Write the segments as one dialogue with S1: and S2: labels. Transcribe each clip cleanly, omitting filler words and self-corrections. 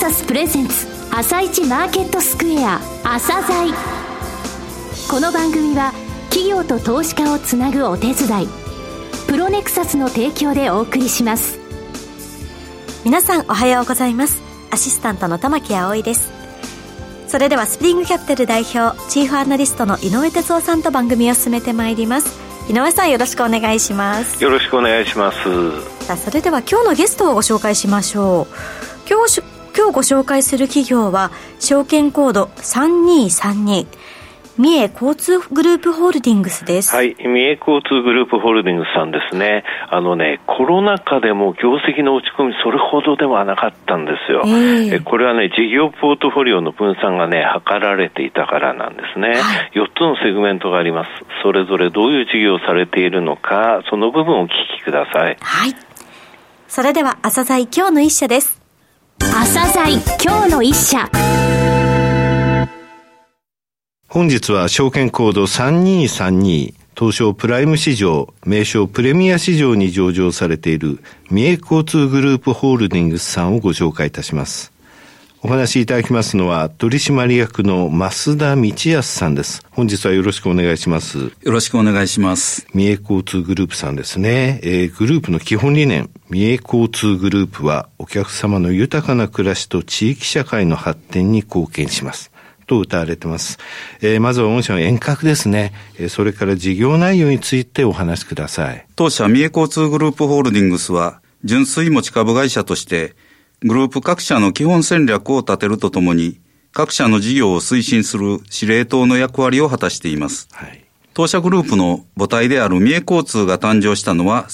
S1: サスプレゼンツ朝一マーケットスクエア朝鮮。この番組は企業と投資家をつなぐお手伝いプロネクサスの提供でお送りします。
S2: 皆さんおはようございます。アシスタントの玉木葵です。それではスプリングキャピタル代表チーフアナリストの井上哲夫さんと番組を進めてまいります。井上さん、よろしくお願いします。
S3: よろしくお願いします。
S2: さあ、それでは今日のゲストをご紹介しましょう。今日ご紹介する企業は証券コード3232三重交通グループホールディングスです。
S3: はい、三重交通グループホールディングスさんですね。コロナ禍でも業績の落ち込みそれほどではなかったんですよ。これはね、事業ポートフォリオの分散がね、図られていたからなんですね。4つのセグメントがあります。それぞれどういう事業をされているのか、その部分をお聞きください。
S2: はい。それでは朝鮮今日の一社です。
S1: 朝鮮今日の一社。
S4: 本日は証券コード3232東証プライム市場名称プレミア市場に上場されている三重交通グループホールディングスさんをご紹介いたします。お話しいただきますのは取締役の増田道康さんです。本日はよろしくお願いします。
S5: よろしくお願いします。
S4: 三重交通グループさんですね。グループの基本理念、三重交通グループはお客様の豊かな暮らしと地域社会の発展に貢献しますと謳われてます。まずは御社の遠隔ですね。それから事業内容についてお話しください。
S5: 当社三重交通グループホールディングスは純粋持ち株会社としてグループ各社の基本戦略を立てるとともに各社の事業を推進する司令塔の役割を果たしています。はい、当社グループの母体である三重交通が誕生したのは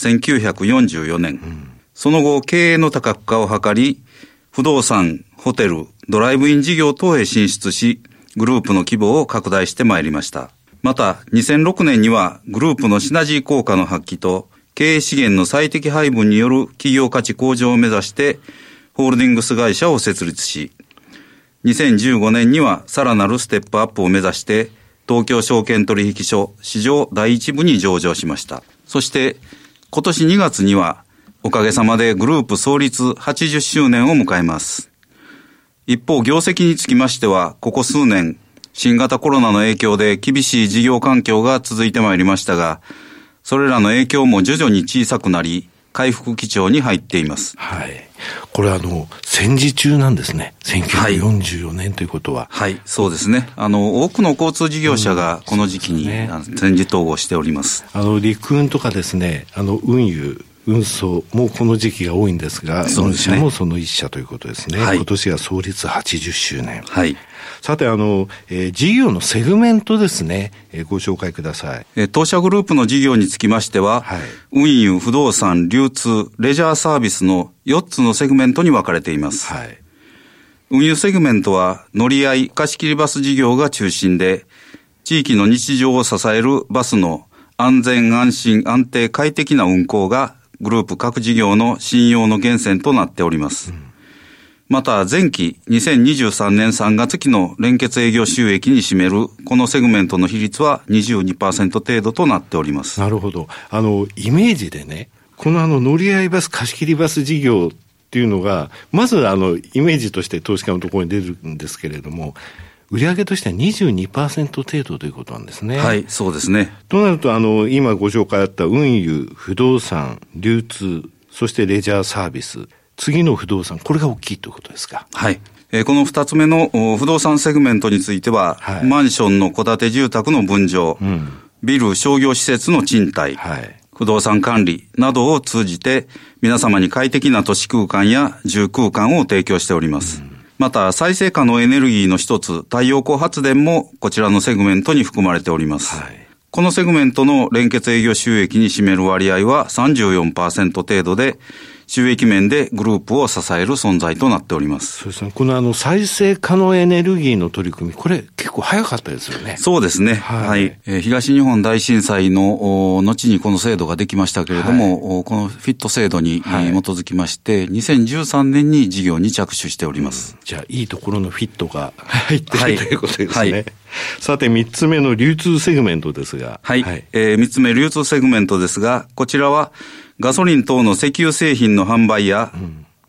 S5: 1944年。その後経営の多角化を図り不動産、ホテル、ドライブイン事業等へ進出し、グループの規模を拡大してまいりました。また、2006年にはグループのシナジー効果の発揮と経営資源の最適配分による企業価値向上を目指してホールディングス会社を設立し、2015年にはさらなるステップアップを目指して東京証券取引所市場第一部に上場しました。そして今年2月にはおかげさまでグループ創立80周年を迎えます。一方、業績につきましては、ここ数年、新型コロナの影響で厳しい事業環境が続いてまいりましたが、それらの影響も徐々に小さくなり、回復基調に入っています。
S4: はい。これ戦時中なんですね。1944年ということは。
S5: はい、そうですね。多くの交通事業者がこの時期に戦時統合しております。
S4: 陸運とかですね、運輸、運送もこの時期が多いんですが、御社もその一社ということですね。はい、今年が創立80周年。はい。さて、事業のセグメントですね、ご紹介ください。
S5: 当社グループの事業につきましては、はい、運輸、不動産、流通、レジャーサービスの4つのセグメントに分かれています。はい。運輸セグメントは乗り合い貸切バス事業が中心で、地域の日常を支えるバスの安全安心安定快適な運行がグループ各事業の信用の源泉となっております。また前期2023年3月期の連結営業収益に占めるこのセグメントの比率は 22% 程度となっております。
S4: なるほど。イメージでね、この乗り合いバス貸し切りバス事業っていうのがまずイメージとして投資家のところに出るんですけれども、売上としては 22% 程度ということなんですね。
S5: はい、そうですね。
S4: となると今ご紹介あった運輸、不動産、流通、そしてレジャーサービス、次の不動産、これが大きいということですか。
S5: はい。この2つ目の不動産セグメントについては、はい、マンションの戸建て住宅の分譲、ビル商業施設の賃貸、はい、不動産管理などを通じて皆様に快適な都市空間や住空間を提供しております。また再生可能エネルギーの一つ太陽光発電もこちらのセグメントに含まれております。はい、このセグメントの連結営業収益に占める割合は 34% 程度で、収益面でグループを支える存在となっております。
S4: そうですね。この再生可能エネルギーの取り組み、これ結構早かったですよね。
S5: そうですね。はい。東日本大震災の後にこの制度ができましたけれども、はい、このフィット制度に基づきまして、2013年に事業に着手しております。
S4: じゃあいいところのフィットが入っている、ということですね。はい、さて3つ目の流通セグメントですが。
S5: はい。3つ目流通セグメントですが、こちらはガソリン等の石油製品の販売や、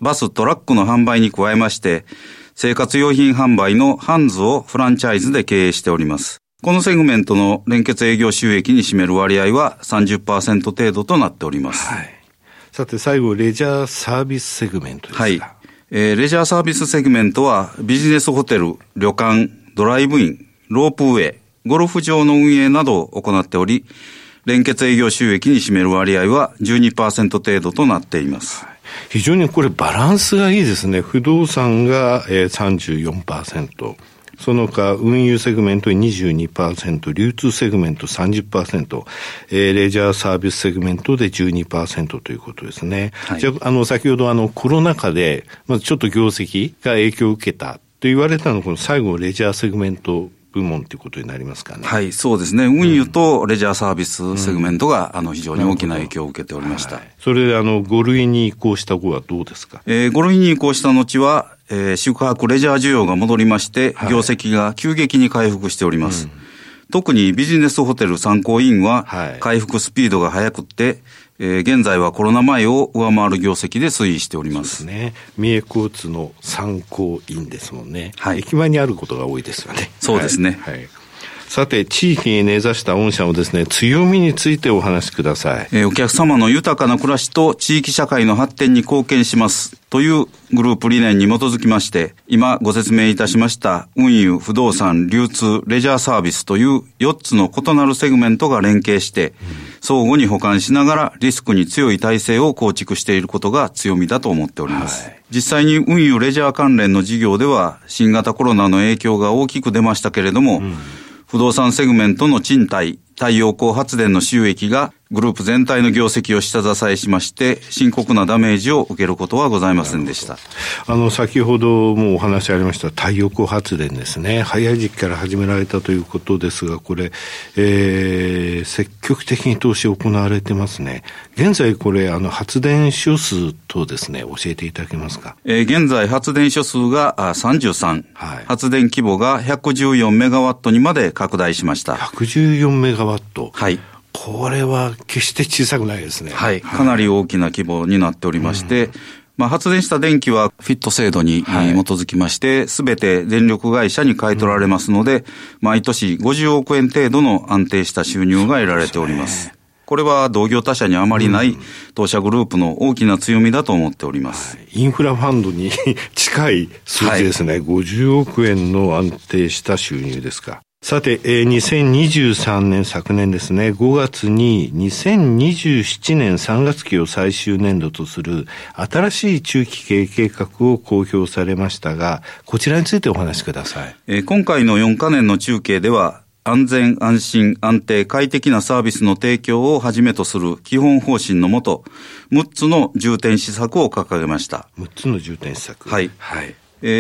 S5: バス・トラックの販売に加えまして、生活用品販売のハンズをフランチャイズで経営しております。このセグメントの連結営業収益に占める割合は 30% 程度となっております。
S4: はい。さて最後、レジャーサービスセグメントですか。
S5: はい。レジャーサービスセグメントはビジネスホテル、旅館、ドライブイン、ロープウェイ、ゴルフ場の運営などを行っており、連結営業収益に占める割合は 12% 程度となっています。
S4: 非常にこれバランスがいいですね。不動産が 34%。その他、運輸セグメント 22%、流通セグメント 30%、レジャーサービスセグメントで 12% ということですね。はい、じゃあ、先ほどコロナ禍で、まずちょっと業績が影響を受けたと言われたのは、この最後レジャーセグメント部門ということになりますかね。
S5: はい、そうですね。運輸とレジャーサービスセグメントが、非常に大きな影響を受けておりました。はい、
S4: それで5類に移行した後はどうですか
S5: ？5類に移行した後は、宿泊レジャー需要が戻りまして、業績が急激に回復しております。特にビジネスホテル参考インは、回復スピードが速くって、現在はコロナ前を上回る業績で推移しております。
S4: そうですね。三重交通の参考インですもんね。
S5: はい。
S4: 駅前にあることが多いですよね。
S5: そうですね。
S4: はい。さて、地域に根ざした御社のですね、強みについてお話しください。
S5: お客様の豊かな暮らしと地域社会の発展に貢献しますというグループ理念に基づきまして、今ご説明いたしました運輸、不動産、流通、レジャーサービスという4つの異なるセグメントが連携して、相互に補完しながらリスクに強い体制を構築していることが強みだと思っております。はい、実際に運輸、レジャー関連の事業では新型コロナの影響が大きく出ましたけれども、不動産セグメントの賃貸、太陽光発電の収益がグループ全体の業績を下支えしまして、深刻なダメージを受けることはございませんでした。
S4: 先ほどもお話ありました太陽光発電ですね。早い時期から始められたということですが、これ、積極的に投資行われてますね。現在これ、発電所数とですね、教えていただけますか。
S5: 現在発電所数が33、はい、発電規模が114メガワットにまで拡大しました。
S4: 114メガワット。
S5: はい。
S4: これは決して小さくないですね。
S5: はい。かなり大きな規模になっておりまして、発電した電気はフィット制度に基づきまして、すべて電力会社に買い取られますので、毎年50億円程度の安定した収入が得られております。これは同業他社にあまりない当社グループの大きな強みだと思っております。
S4: インフラファンドに近い数字ですね。50億円の安定した収入ですか。さて、2023年昨年ですね、5月に2027年3月期を最終年度とする新しい中期経営計画を公表されましたが、こちらについてお話しください。
S5: 今回の4カ年の中計では、安全安心安定快適なサービスの提供をはじめとする基本方針のもと、6つの重点施策を掲げました。
S4: 6つの重点施策。
S5: はい。はい。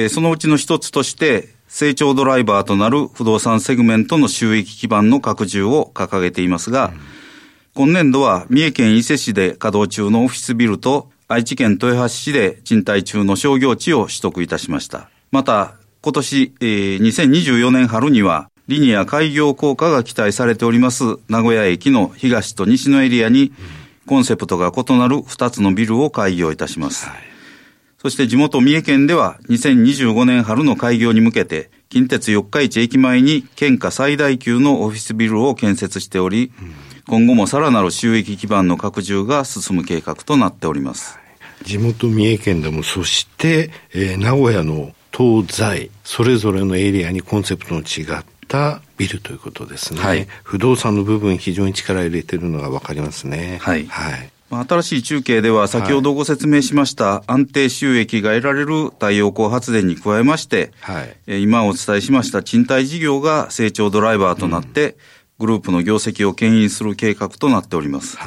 S5: そのうちの一つとして、成長ドライバーとなる不動産セグメントの収益基盤の拡充を掲げていますが、今年度は三重県伊勢市で稼働中のオフィスビルと愛知県豊橋市で賃貸中の商業地を取得いたしました。また、今年、2024年春にはリニア開業効果が期待されております名古屋駅の東と西のエリアにコンセプトが異なる2つのビルを開業いたします。そして地元三重県では2025年春の開業に向けて近鉄四日市駅前に県下最大級のオフィスビルを建設しており、今後もさらなる収益基盤の拡充が進む計画となっております。
S4: 地元三重県でも、そして、名古屋の東西それぞれのエリアにコンセプトの違ったビルということですね。はい、不動産の部分非常に力入れているのが分かりますね。
S5: はい。はい。新しい中計では先ほどご説明しました安定収益が得られる太陽光発電に加えまして、はい、今お伝えしました賃貸事業が成長ドライバーとなって、グループの業績を牽引する計画となっております。はい、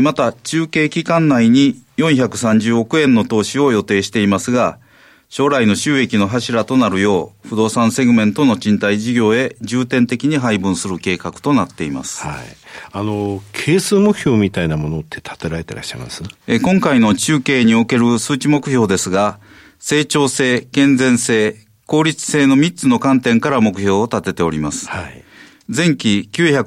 S5: また中計期間内に430億円の投資を予定していますが、将来の収益の柱となるよう不動産セグメントの賃貸事業へ重点的に配分する計画となっています。
S4: はい。係数目標みたいなものって立てられていらっしゃいます？
S5: 今回の中計における数値目標ですが、成長性、健全性、効率性の3つの観点から目標を立てております。はい。前期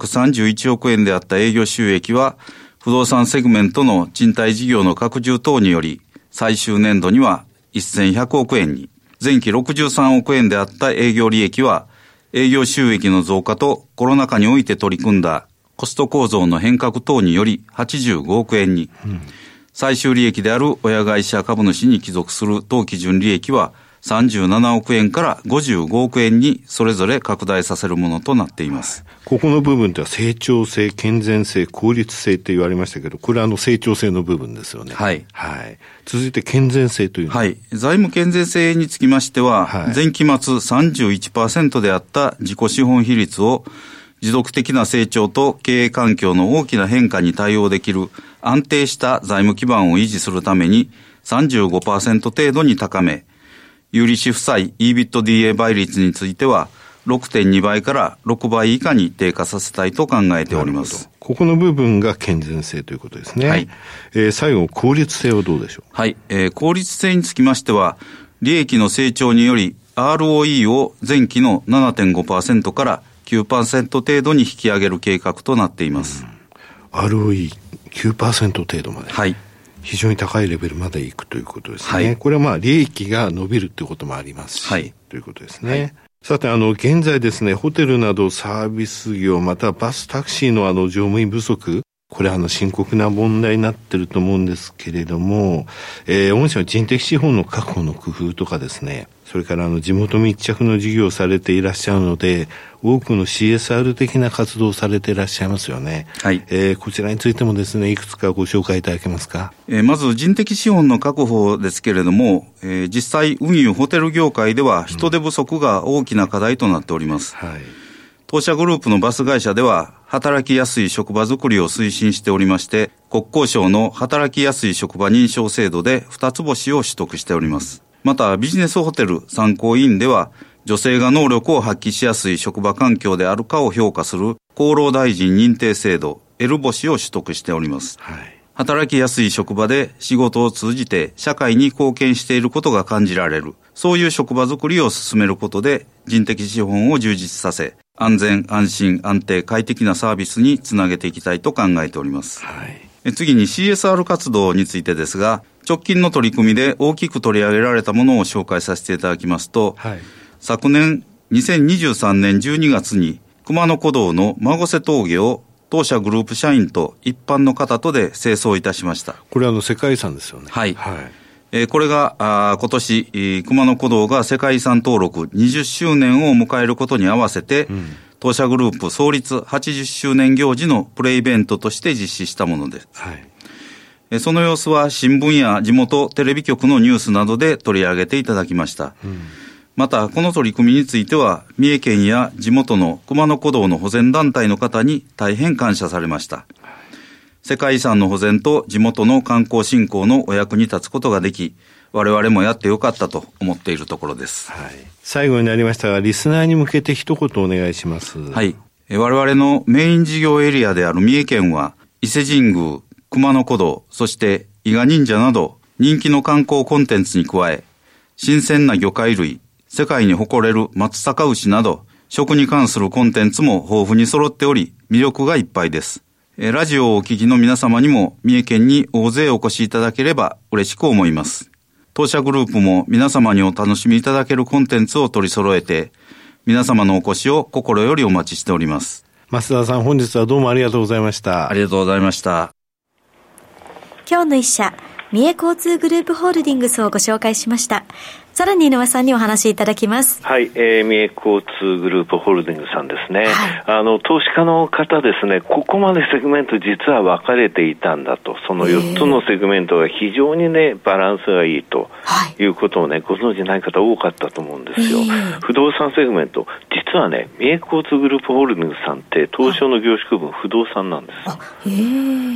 S5: 931億円であった営業収益は不動産セグメントの賃貸事業の拡充等により最終年度には1100億円に、前期63億円であった営業利益は、営業収益の増加とコロナ禍において取り組んだコスト構造の変革等により85億円に、最終利益である親会社株主に帰属する当期純利益は37億円から55億円にそれぞれ拡大させるものとなっています。
S4: ここの部分では成長性、健全性、効率性って言われましたけど、これは成長性の部分ですよね。
S5: はい。
S4: はい。続いて健全性というのは。
S5: はい。財務健全性につきましては、前期末 31% であった自己資本比率を持続的な成長と経営環境の大きな変化に対応できる安定した財務基盤を維持するために 35% 程度に高め、有利子負債 EBITDA 倍率については 6.2 倍から6倍以下に低下させたいと考えております。
S4: ここの部分が健全性ということですね。はい。最後、効率性はどうでしょう。
S5: はい。効率性につきましては、利益の成長により ROE を前期の 7.5% から 9% 程度に引き上げる計画となっています。
S4: ROE9% 程度まで。
S5: はい。
S4: 非常に高いレベルまでいくということですね。
S5: はい、
S4: これは利益が伸びるということもありますし、
S5: はい、
S4: ということですね。はい、さて、現在ですね、ホテルなどサービス業、またバスタクシーの乗務員不足、これ深刻な問題になっていると思うんですけれども、御社の人的資本の確保の工夫とかですね、それから地元密着の事業をされていらっしゃるので、多くの CSR 的な活動をされていらっしゃいますよね。
S5: はい。
S4: こちらについてもですね、いくつかご紹介いただけますか。
S5: まず人的資本の確保ですけれども、実際運輸ホテル業界では人手不足が大きな課題となっております。
S4: はい。
S5: 当社グループのバス会社では働きやすい職場づくりを推進しておりまして、国交省の働きやすい職場認証制度で2つ星を取得しております。またビジネスホテル参考委員では、女性が能力を発揮しやすい職場環境であるかを評価する厚労大臣認定制度 L 星を取得しております。
S4: はい。
S5: 働きやすい職場で仕事を通じて社会に貢献していることが感じられる、そういう職場づくりを進めることで人的資本を充実させ、安全安心安定快適なサービスにつなげていきたいと考えております。
S4: はい。
S5: 次に CSR 活動についてですが、直近の取り組みで大きく取り上げられたものを紹介させていただきますと、
S4: はい、
S5: 昨年2023年12月に熊野古道の孫瀬峠を当社グループ社員と一般の方とで清掃いたしました。
S4: これ世界遺産ですよね。
S5: はい。
S4: はい。
S5: これが今年熊野古道が世界遺産登録20周年を迎えることに合わせて、当社グループ創立80周年行事のプレイベントとして実施したものです。
S4: はい。
S5: その様子は新聞や地元テレビ局のニュースなどで取り上げていただきました。またこの取り組みについては三重県や地元の熊野古道の保全団体の方に大変感謝されました。世界遺産の保全と地元の観光振興のお役に立つことができ、我々もやってよかったと思っているところです。
S4: はい。最後になりましたが、リスナーに向けて一言お願いします。
S5: はい。我々のメイン事業エリアである三重県は伊勢神宮、熊野古道、そして伊賀忍者など人気の観光コンテンツに加え、新鮮な魚介類、世界に誇れる松阪牛など食に関するコンテンツも豊富に揃っており、魅力がいっぱいです。ラジオをお聞きの皆様にも三重県に大勢お越しいただければ嬉しく思います。当社グループも皆様にお楽しみいただけるコンテンツを取り揃えて、皆様のお越しを心よりお待ちしております。
S4: 増田さん、本日はどうもありがとうございました。
S5: ありがとうございました。
S2: 今日の一社、三重交通グループホールディングスをご紹介しました。さらに井上さんにお話しいただきます。
S3: はい、三重交通グループホールディングスさんですね。はい、投資家の方ですね、ここまでセグメント実は分かれていたんだと、その4つのセグメントが非常にね、バランスがいいということをね、ご存知ない方多かったと思うんですよ。不動産セグメント、実はね、三重交通グループホールディングスさんって東証の業種区分不動産なんです。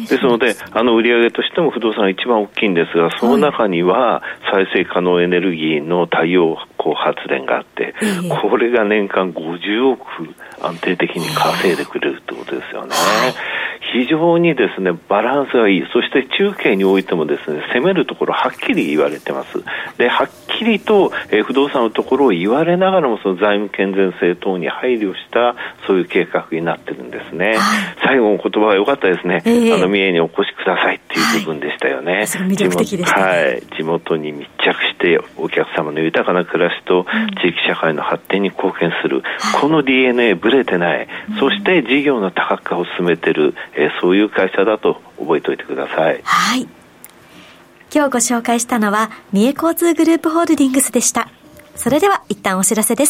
S3: ですので、売上としても不動産が一番大きいんですが、その中には再生可能エネルギーの太陽光発電があって、これが年間50億安定的に稼いでくれるってことですよね。非常にですね、バランスがいい。そして中継においてもですね、攻めるところはっきり言われてます。で、はっきりと、不動産のところを言われながらも、その財務健全性等に配慮したそういう計画になってるんですね。最後の言葉が良かったですね。三重にお越しくださいっていう部分でしたよね。
S2: それ魅力的でしたね。
S3: はい、地元に密着してお客様の豊かな暮らしと地域社会の発展に貢献する、この DNA ぶれてない、そして事業の多角化を進めている、そういう会社だと覚えておいてください。
S2: はい。今日ご紹介したのは三重交通グループホールディングスでした。それでは一旦お知らせです。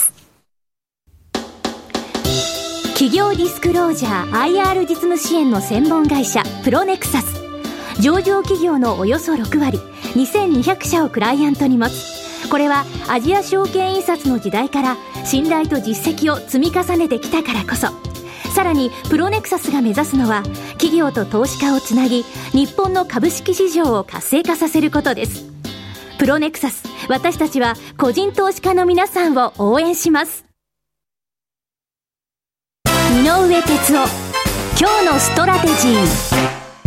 S1: 企業ディスクロージャー IR 実務支援の専門会社プロネクサス。上場企業のおよそ6割2200社をクライアントに持つ。これはアジア証券印刷の時代から信頼と実績を積み重ねてきたからこそ。さらにプロネクサスが目指すのは企業と投資家をつなぎ、日本の株式市場を活性化させることです。プロネクサス、私たちは個人投資家の皆さんを応援します。井上哲夫、今日のストラテジー。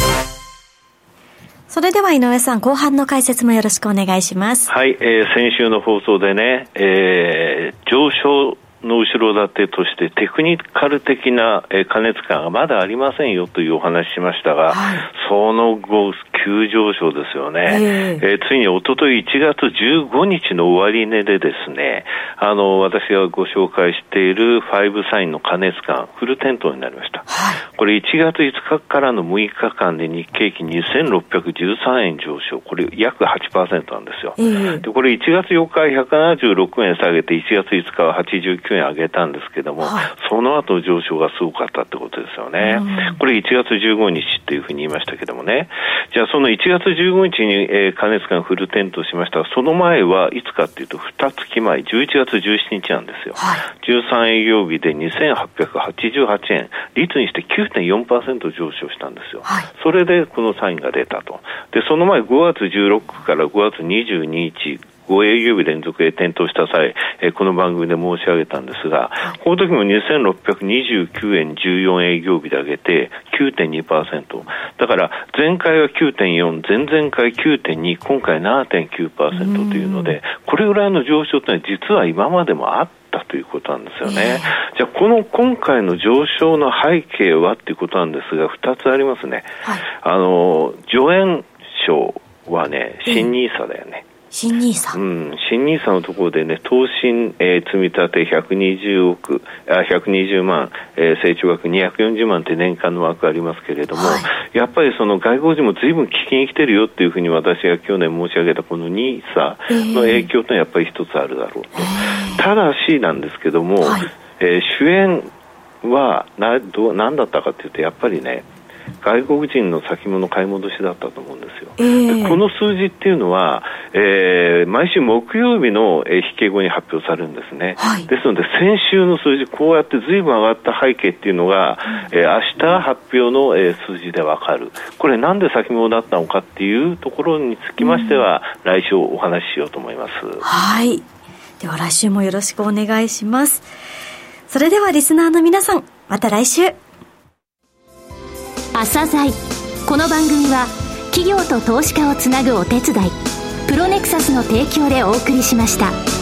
S2: それでは井上さん、後半の解説もよろしくお願いします。
S3: はい、先週の放送でね、上昇の後ろ盾としてテクニカル的な過熱感がまだありませんよというお話しましたが、その後急上昇ですよね。ついにおととい1月15日の終値でですね、私がご紹介している5サインの過熱感フル点灯になりました。これ1月5日からの6日間で日経平均2613円上昇、これ約 8% なんですよ。でこれ1月4日は176円下げて1月5日は89円上げたんですけども、その後上昇がすごかったってことですよね。これ1月15日っていうふうに言いましたけどもね。じゃあその1月15日に、過熱感フル点灯しましたが、その前はいつかっていうと2月前11月17日なんですよ。13営業日で2888円、率にして 9.4% 上昇したんですよ。それでこのサインが出たと。でその前5月16から5月22日5営業日連続で点灯した際、この番組で申し上げたんですが、この時も2629円14営業日で上げて 9.2%。だから前回は 9.4、前々回 9.2、今回 7.9% というので、これぐらいの上昇というのは実は今までもあったということなんですよね。じゃあこの今回の上昇の背景はということなんですが、2つありますね。助演賞はね、新ニーサだよね。
S2: 新ニーサ、
S3: 新ニーサのところでね、投信、積み立て120万、成長額240万って年間の枠ありますけれども、やっぱりその外国人も随分聞きに来てるよっていうふうに私が去年申し上げたこのニーサの影響というのはやっぱり一つあるだろうと。ただしなんですけども、主演は何だったかというと、やっぱりね、外国人の先物買い戻しだったと思うんですよ。でこの数字っていうのは、毎週木曜日の引け後に発表されるんですね。ですので先週の数字、こうやって随分上がった背景っていうのが、明日発表の、数字でわかる。これなんで先物だったのかっていうところにつきましては、来週お話ししようと思います。
S2: はい。では来週もよろしくお願いします。それではリスナーの皆さん、また来週。
S1: 朝鮮。この番組は企業と投資家をつなぐお手伝い、プロネクサスの提供でお送りしました。